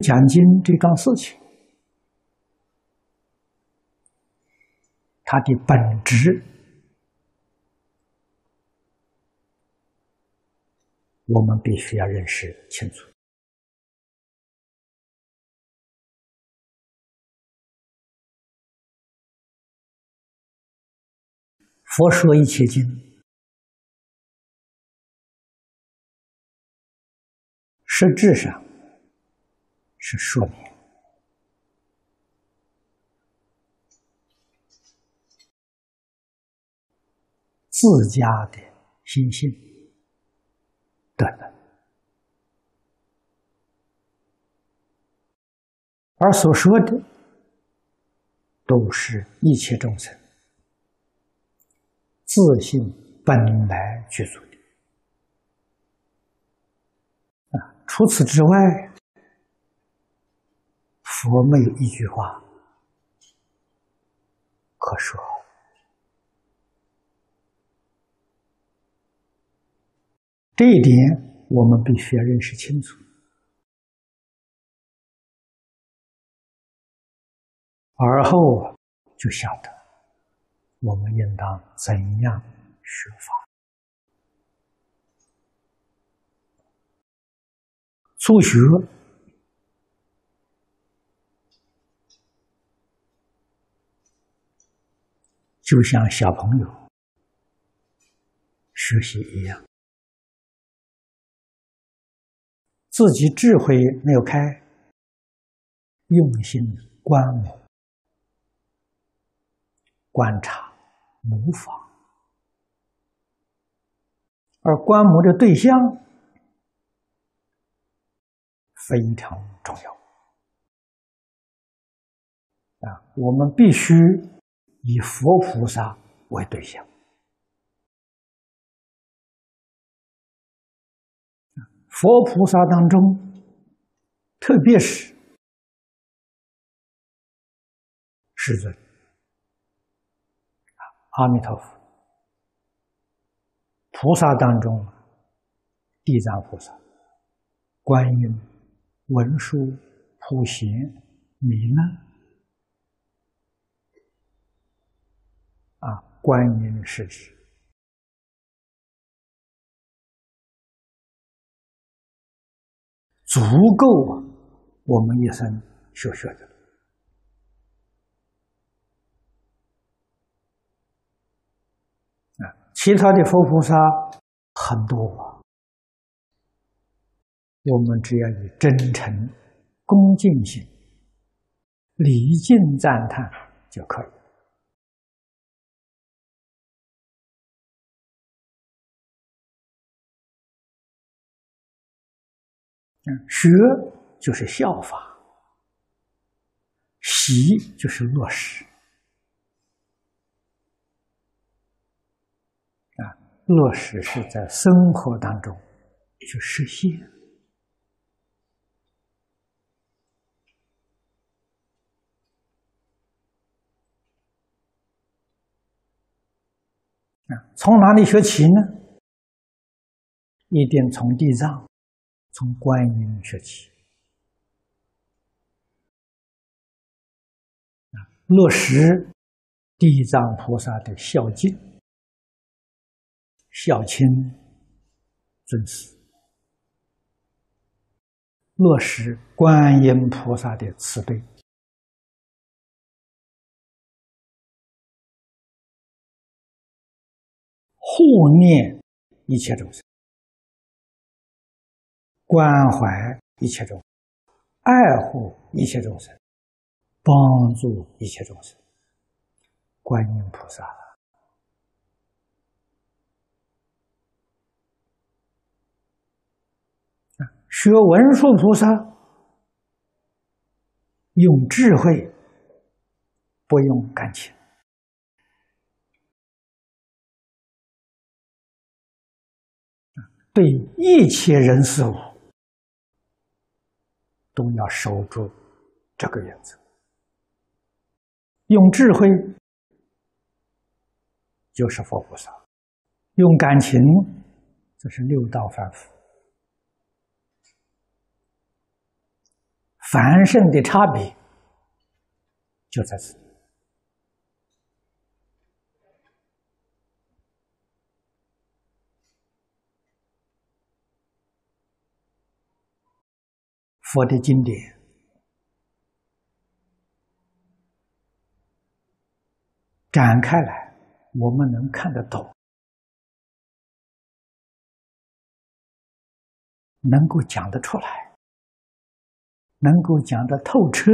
讲经这桩事情，它的本质，我们必须要认识清楚。佛说一切经，实质上是说明自家的心性德能，而所说的都是一切众生自性本来具足的。除此之外，佛没有一句话可说。这一点我们必须要认识清楚，而后就晓得我们应当怎样学法。初学就像小朋友学习一样，自己智慧没有开，用心观摩、观察、模仿，而观摩的对象非常重要。我们必须以佛菩萨为对象。佛菩萨当中，特别是世尊、阿弥陀佛，菩萨当中，地藏菩萨、观音、文殊、普贤、弥勒，观音是指足够我们一生所学的。其他的佛菩萨很多，我们只要以真诚、恭敬心、礼敬赞叹就可以。学就是效法，习就是落实。落实是在生活当中去实现。从哪里学起呢？一定从地藏、从观音学起。落实地藏菩萨的孝敬、孝亲、尊师，落实观音菩萨的慈悲，护念一切众生，关怀一切众生，爱护一切众生，帮助一切众生。观音菩萨学文殊菩萨，用智慧，不用感情。对一切人事物都要守住这个原则。用智慧就是佛菩萨，用感情这是六道凡夫。 凡圣的差别就在此。佛的经典展开来，我们能看得懂，能够讲得出来，能够讲得透彻，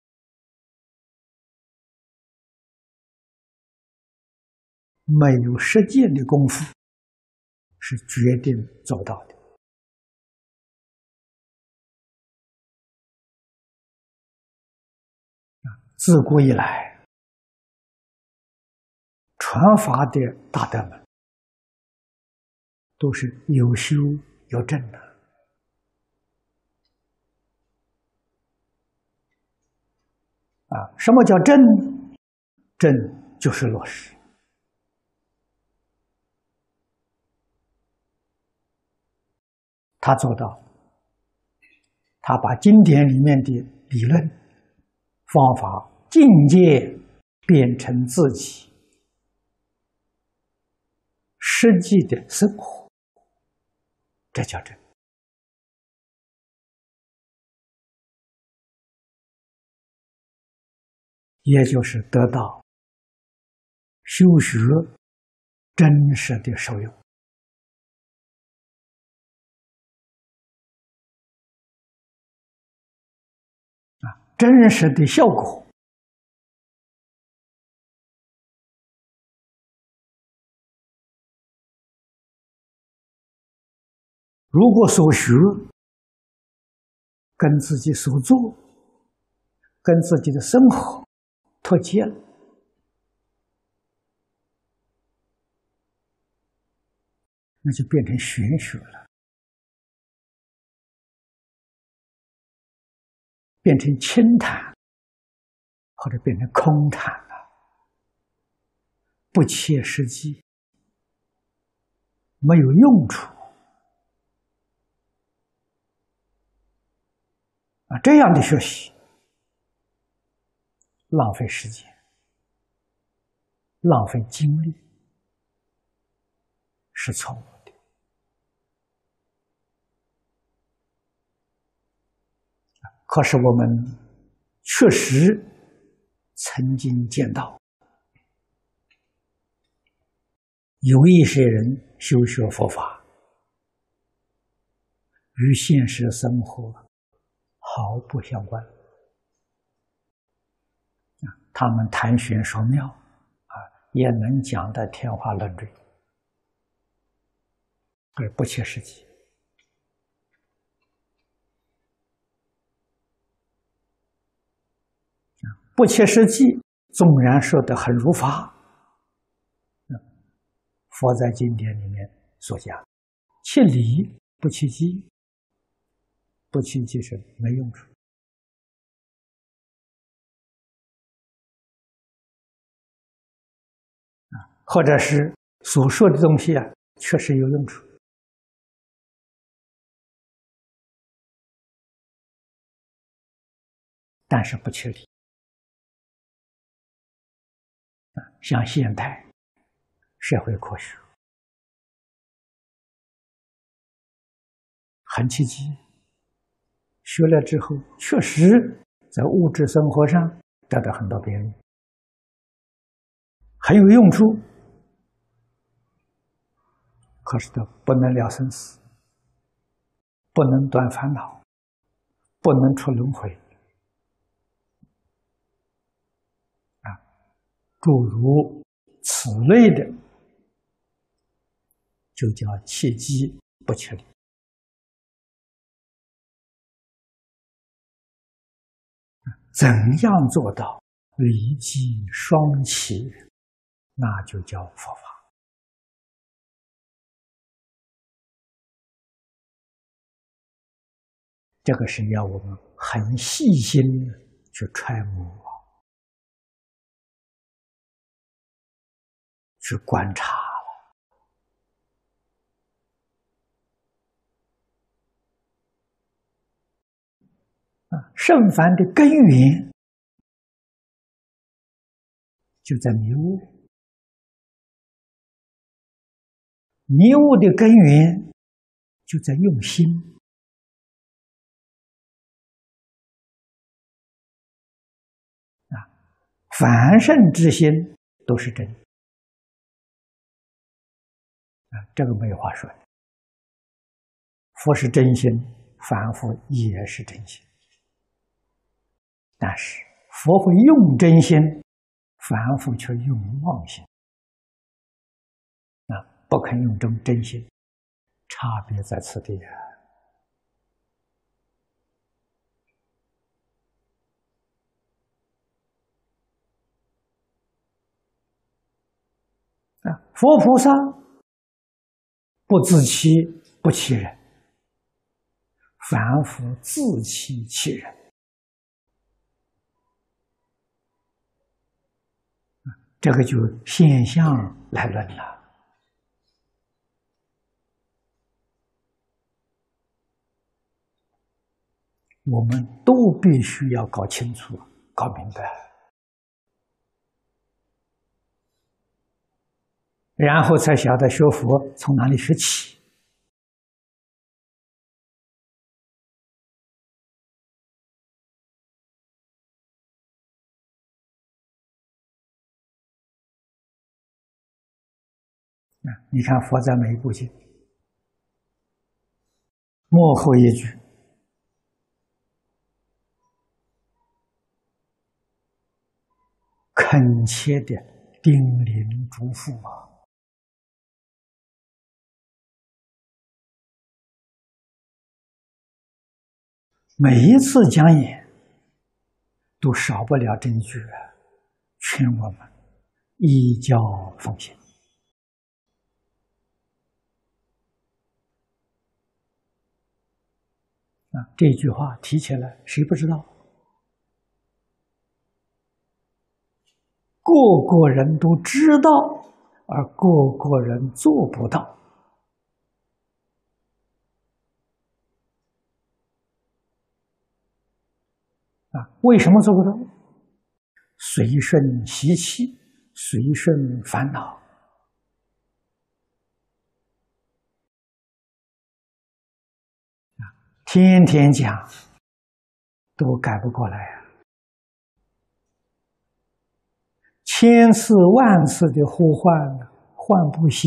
没有实践的功夫是决定做到的。自古以来，传法的大德们都是有修有证的。什么叫证？证就是落实。他做到，他把经典里面的理论、方法、境界变成自己实际的生活，这叫证。也就是得到修学真实的受用。真实的效果如果所学跟自己所做、跟自己的生活脱节了，那就变成玄学了，变成轻谈，或者变成空谈了，不切实际，没有用处。这样的学习浪费时间，浪费精力，是错误的。可是我们确实曾经见到有一些人修学佛法，与现实生活毫不相关。他们谈玄说妙，也能讲得天花乱坠，而不切实际。不切实际，纵然说得很如法，佛在经典里面所讲，切理不切机，不切机是没用处。或者是所说的东西确实有用处，但是不切理。像现代社会科学很契机，学了之后确实在物质生活上得到很多便利，很有用处，可是都不能了生死，不能断烦恼，不能出轮回诸如此类的，就叫切机不切理。怎样做到理机双起，那就叫佛法。这个是要我们很细心去揣摩，去观察了。 圣凡的根源就在迷悟，迷悟的根源就在用心。凡圣之心都是真这个没有话说。佛是真心，凡夫也是真心，但是佛会用真心，凡夫却用妄心不肯用真心，差别在此地佛菩萨不自欺不欺人，凡夫自欺欺人。这个就现象来论了。我们都必须要搞清楚、搞明白，然后才晓得学佛从哪里学起。你看佛在每一部经末后一句恳切的叮咛嘱咐每一次讲演都少不了这一句劝我们依教奉行。这句话提起来，谁不知道？个个人都知道，而个个人做不到。为什么做不到？随顺习气，随顺烦恼。天天讲，都改不过来千次万次的呼唤，唤不醒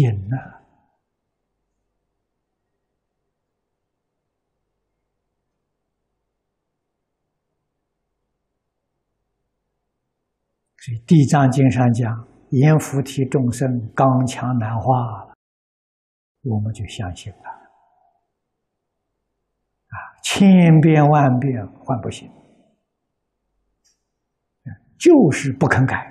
所以《地藏经》上讲，阎浮提众生刚强难化，我们就相信了。千遍万遍唤不醒，就是不肯改。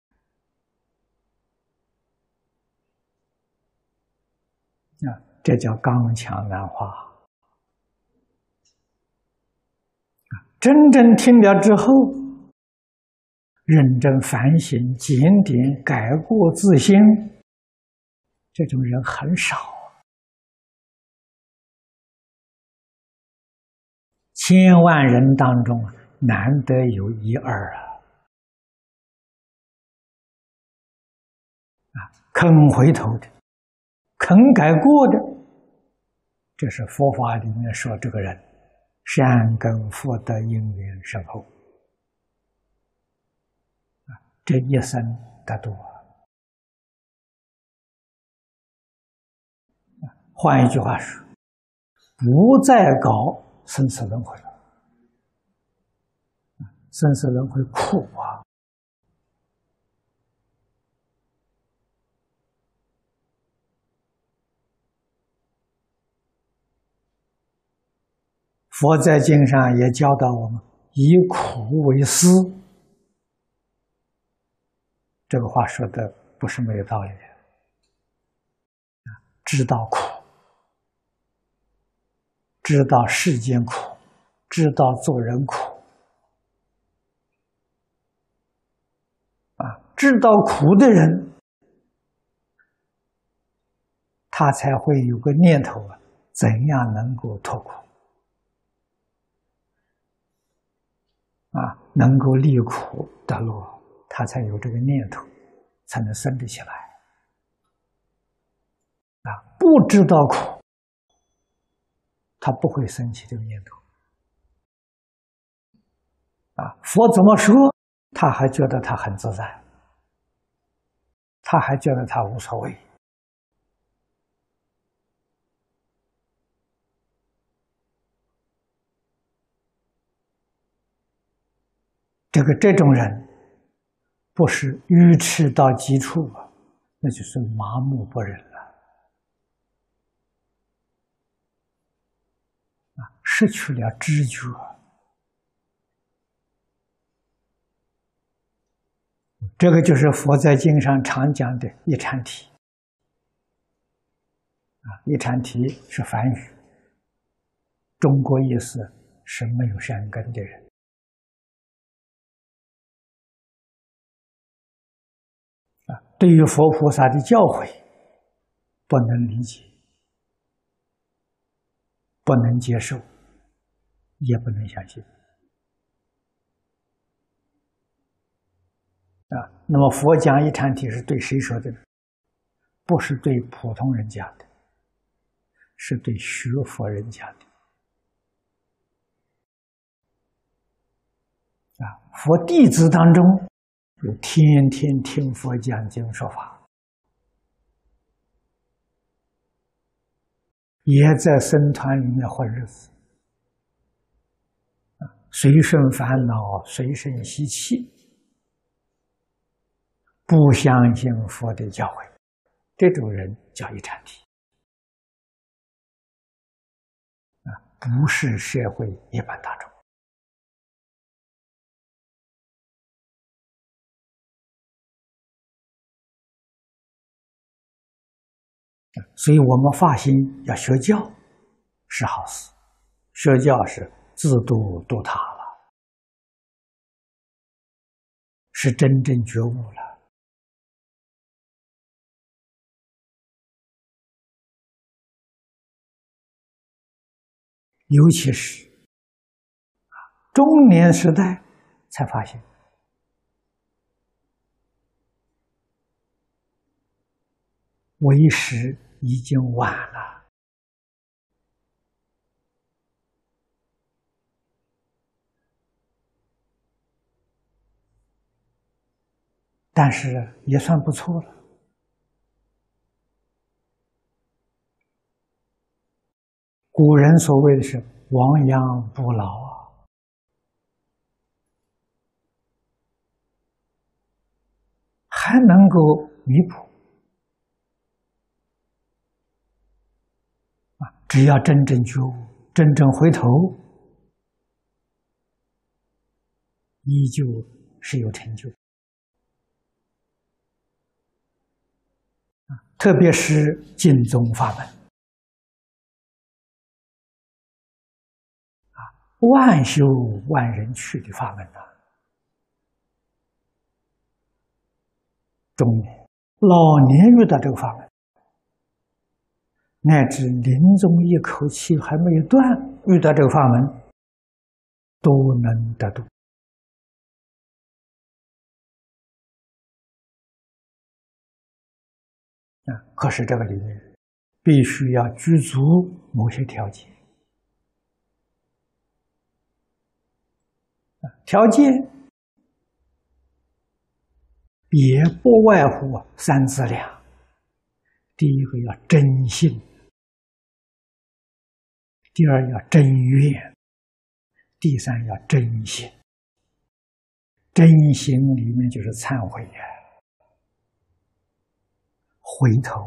这叫刚强难化。真正听了之后，认真反省、检点、改过自新，这种人很少。千万人当中，难得有一二肯回头的，肯改过的，这是佛法里面说这个人善根福德因缘深厚，这一生得度。换一句话说，不再搞生死轮回了。生死轮回苦佛在经上也教导我们以苦为师，这个话说的不是没有道理的。知道苦，知道世间苦，知道做人苦知道苦的人，他才会有个念头怎样能够脱苦。 能够离苦得乐，他才有这个念头，才能生得起来。不知道苦，他不会生起这个念头。佛怎么说，他还觉得他很自在，他还觉得他无所谓。这种人，不是愚痴到极处那就是麻木不仁了，失去了知觉。这个就是佛在经上常讲的一禅体。一禅体是梵语，中国意思是没有善根的人。对于佛菩萨的教诲，不能理解，不能接受，也不能相信。那么佛讲一禅体是对谁说的呢？不是对普通人讲的，是对学佛人讲的。佛弟子当中有天天听佛讲经说法，也在僧团里面混日子，随顺烦恼，随顺习气，不相信佛的教诲，这种人叫一禅体，不是社会一般大众。所以我们发心要学教是好事，学教是自度度他了，是真正觉悟了。尤其是中年时代才发现，为时已经晚了。但是也算不错了。古人所谓的是亡羊补牢还能够弥补只要真正觉悟，真正回头，依旧是有成就。特别是净宗法门，万修万人去的法门中年、老年遇到这个法门，乃至临终一口气还没有断，遇到这个法门，都能得度。可是这个里面必须要具足某些条件，条件也不外乎三资粮。第一个要真信，第二要真愿，第三要真心。真心里面就是忏悔回头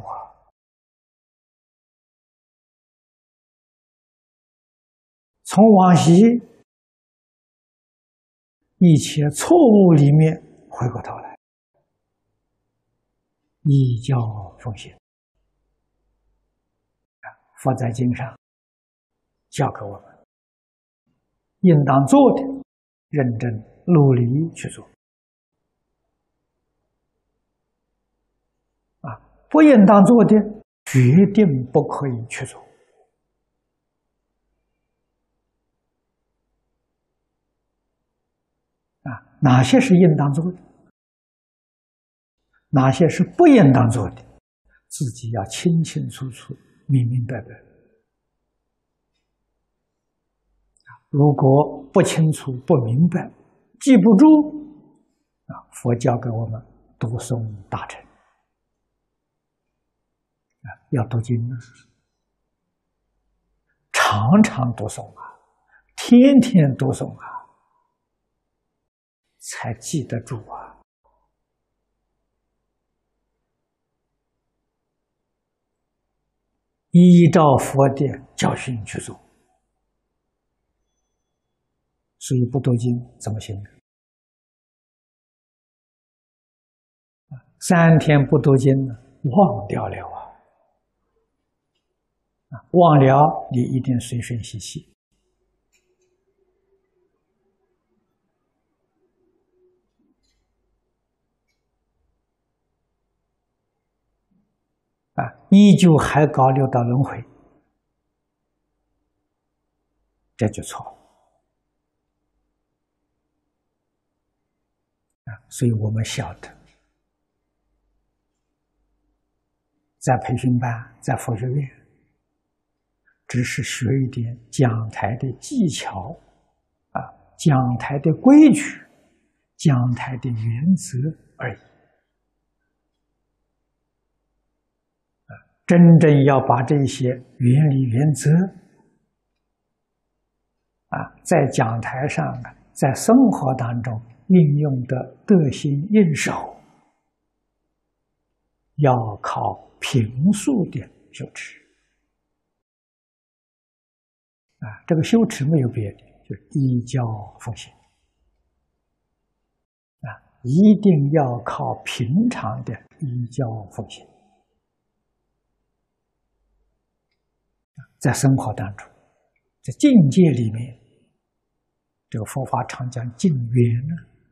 从往昔一切错误里面回过头来，依教奉行。佛在经上教给我们，应当做的，认真努力去做。不应当做的，决定不可以去做。 哪些是应当做的，哪些是不应当做的，自己要清清楚楚、明明白白。如果不清楚、不明白，记不住，佛教给我们读诵大乘，要读经啊，常常读诵啊，天天读诵啊，才记得住啊。依照佛的教训去做，所以不读经怎么行呢？3天不读经呢，忘掉了忘了你一定随顺习气依旧还搞六道轮回，这就错了所以我们晓得，在培训班，在佛学院，只是学一点讲台的技巧讲台的规矩，讲台的原则而已真正要把这些原理原则在讲台上在生活当中运用的得心应手，要靠平素的修持这个修持没有别的，就是依教奉行一定要靠平常的依教奉行。在生活当中，在境界里面，这个佛法常讲境缘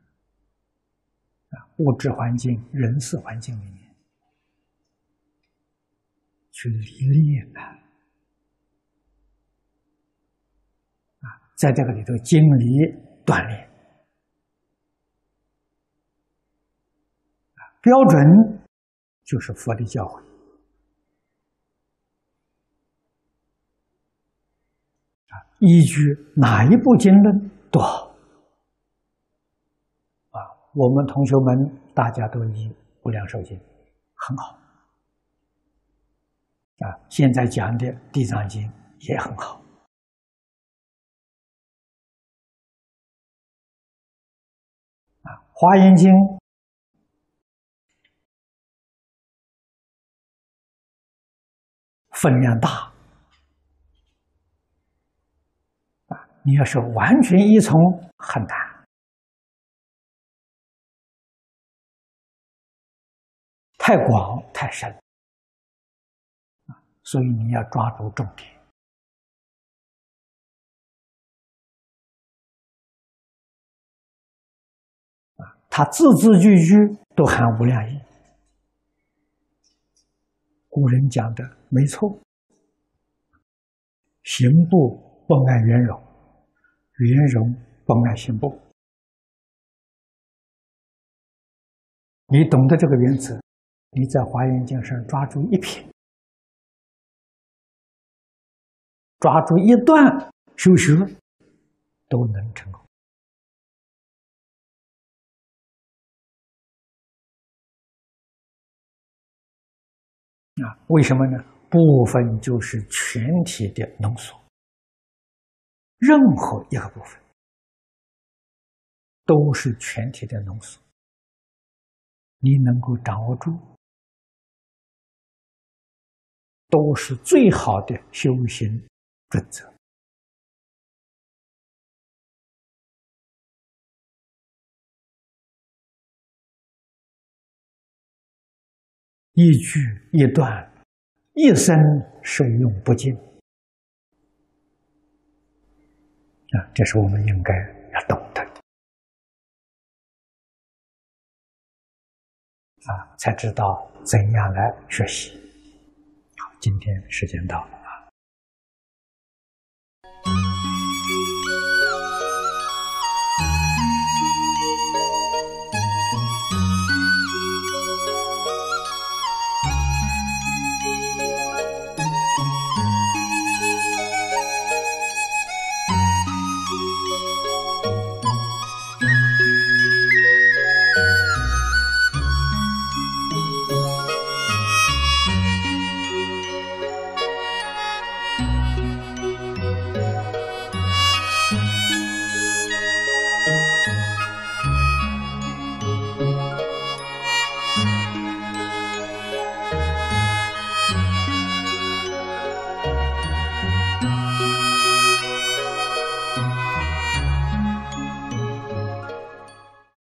物质环境、人事环境里面去历练在这个里头经历锻炼标准就是佛的教诲依据哪一部经论都好我们同学们大家都依《无量寿经》很好现在讲的《地藏经》也很好华严经分量大你要是完全依从很难，太广太深，所以你要抓住重点他字字句句都含无量义。古人讲的没错，行部不碍圆融，圆融不碍行部。你懂得这个原则，你在华严经上抓住一品，抓住一段修学，都能成功。为什么呢？部分就是全体的浓缩，任何一个部分都是全体的浓缩。你能够掌握住，都是最好的修行准则。一句一段，一生受用不尽这是我们应该要懂得的才知道怎样来学习。好，今天时间到了。 了。